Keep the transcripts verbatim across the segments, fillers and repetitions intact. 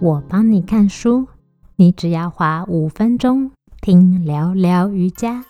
我帮你看书，你只要花五分钟听聊聊瑜伽。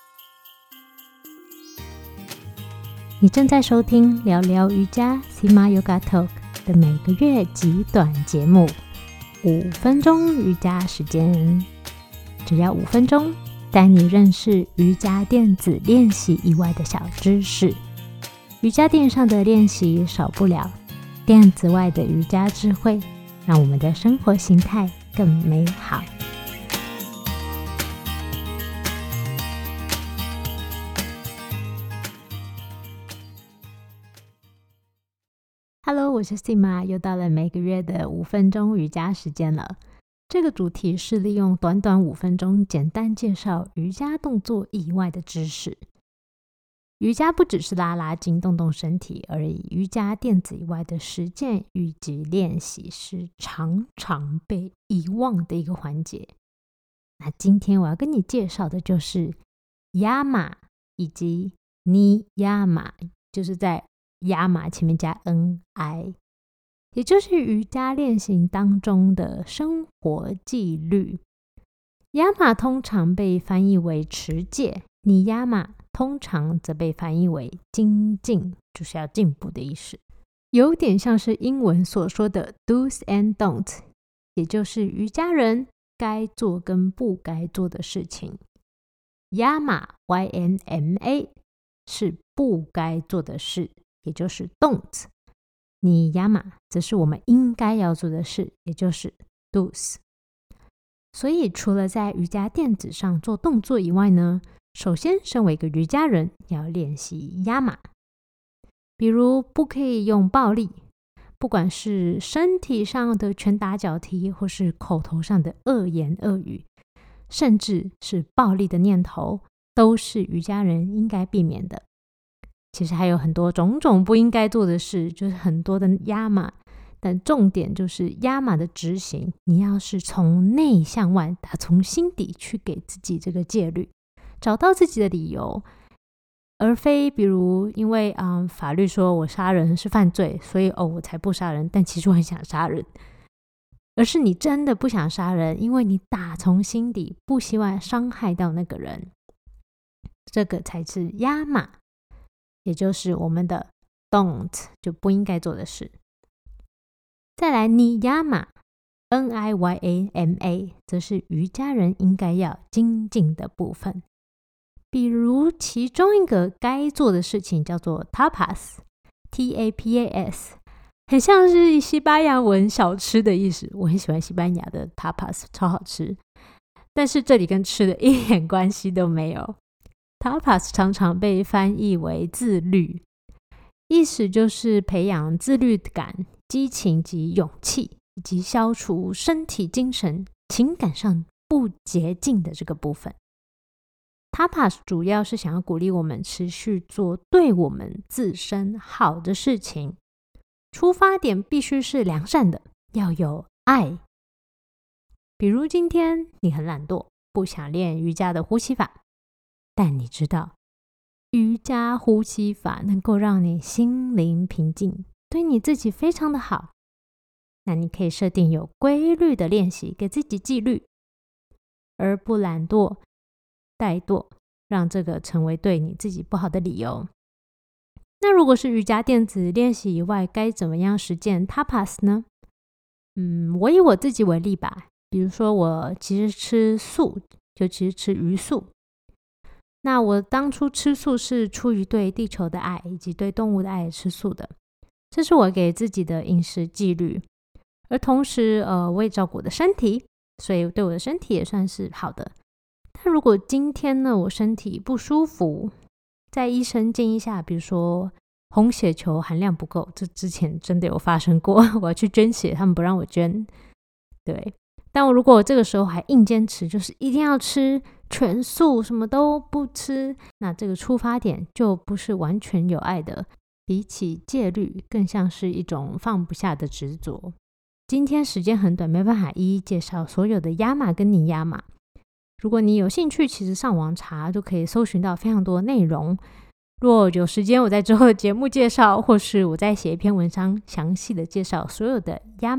你正在收听聊聊瑜伽 Sima Yoga Talk 的每个月极短节目，五分钟瑜伽时间，只要五分钟，带你认识瑜伽垫子练习以外的小知识。瑜伽垫上的练习少不了垫子外的瑜伽智慧，让我们的生活形态更美好。Hello， 我是 Sima， 又到了每个月的五分钟瑜伽时间了。这个主题是利用短短五分钟，简单介绍瑜伽动作以外的知识。瑜伽不只是拉拉筋、动动身体而已，瑜伽垫子以外的实践以及练习是常常被遗忘的一个环节。那今天我要跟你介绍的就是亚马以及尼亚马，就是在亚马前面加 N I， 也就是瑜伽练习当中的生活纪律。亚马通常被翻译为持戒，尼亚马通常则被翻译为精进，就是要进步的意思，有点像是英文所说的 do's and don'ts， 也就是瑜伽人该做跟不该做的事情。亚马 Y N M A 是不该做的事，也就是 don'ts， 尼亚马则是我们应该要做的事，也就是 do's。 所以除了在瑜伽垫子上做动作以外呢，首先身为一个瑜伽人要练习亚马，比如不可以用暴力，不管是身体上的拳打脚踢，或是口头上的恶言恶语，甚至是暴力的念头，都是瑜伽人应该避免的。其实还有很多种种不应该做的事，就是很多的亚马，但重点就是亚马的执行，你要是从内向外，打从心底去给自己这个戒律，找到自己的理由，而非比如因为、嗯、法律说我杀人是犯罪，所以哦我才不杀人，但其实我很想杀人，而是你真的不想杀人，因为你打从心底不希望伤害到那个人，这个才是亚马，也就是我们的 don't， 就不应该做的事。再来尼亚马 N I Y A M A 则是瑜伽人应该要精进的部分。比如其中一个该做的事情叫做 tapas T A P A S， 很像是西班牙文小吃的意思，我很喜欢西班牙的 tapas， 超好吃，但是这里跟吃的一点关系都没有。Tapas 常常被翻译为自律，意思就是培养自律感、激情及勇气，以及消除身体、精神、情感上不洁净的这个部分。Tapas 主要是想要鼓励我们持续做对我们自身好的事情，出发点必须是良善的，要有爱。比如今天你很懒惰，不想练瑜伽的呼吸法，但你知道瑜伽呼吸法能够让你心灵平静，对你自己非常的好，那你可以设定有规律的练习，给自己纪律，而不懒惰怠惰，让这个成为对你自己不好的理由。那如果是瑜伽垫子练习以外，该怎么样实践 tapas 呢？嗯，我以我自己为例吧，比如说我其实吃素，就其实吃鱼素。那我当初吃素是出于对地球的爱以及对动物的爱吃素的，这是我给自己的饮食纪律。而同时呃，我也照顾我的身体，所以对我的身体也算是好的。但如果今天呢，我身体不舒服，在医生建议下，比如说红血球含量不够，这之前真的有发生过，我要去捐血，他们不让我捐，对。但我如果这个时候还硬坚持，就是一定要吃全素，什么都不吃，那这个出发点就不是完全有爱的，比起戒律更像是一种放不下的执着。今天时间很短，没办法一一介绍所有的亚马跟尼亚马，如果你有兴趣，其实上网查就可以搜寻到非常多内容。若有时间，我在之后的节目介绍，或是我再写一篇文章详细的介绍所有的亚马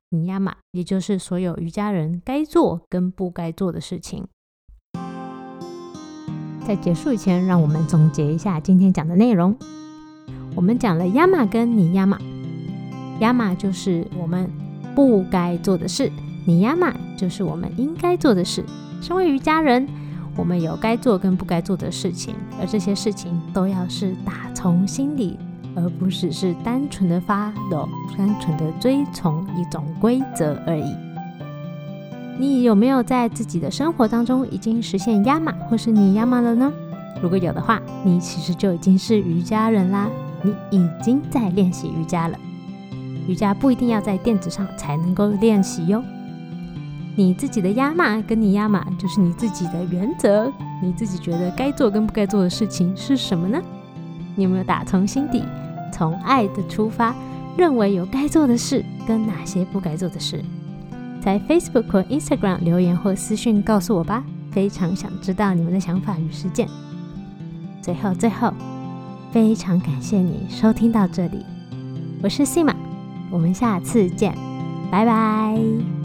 尼亚玛，也就是所有瑜伽人该做跟不该做的事情。在结束以前，让我们总结一下今天讲的内容。我们讲了亚玛跟尼亚玛，亚玛就是我们不该做的事，尼亚玛就是我们应该做的事。身为瑜伽人，我们有该做跟不该做的事情，而这些事情都要是打从心里，而不只是单纯的 follow， 单纯的追从一种规则而已。你有没有在自己的生活当中已经实现亚玛或是尼亚玛了呢？如果有的话，你其实就已经是瑜伽人啦，你已经在练习瑜伽了。瑜伽不一定要在垫子上才能够练习哟。你自己的亚玛跟尼亚玛就是你自己的原则，你自己觉得该做跟不该做的事情是什么呢？你有没有打从心底，从爱的出发，认为有该做的事跟哪些不该做的事？在 Facebook 或 Instagram 留言或私讯告诉我吧，非常想知道你们的想法与实践。最后最后，非常感谢你收听到这里，我是 Sima， 我们下次见，拜拜。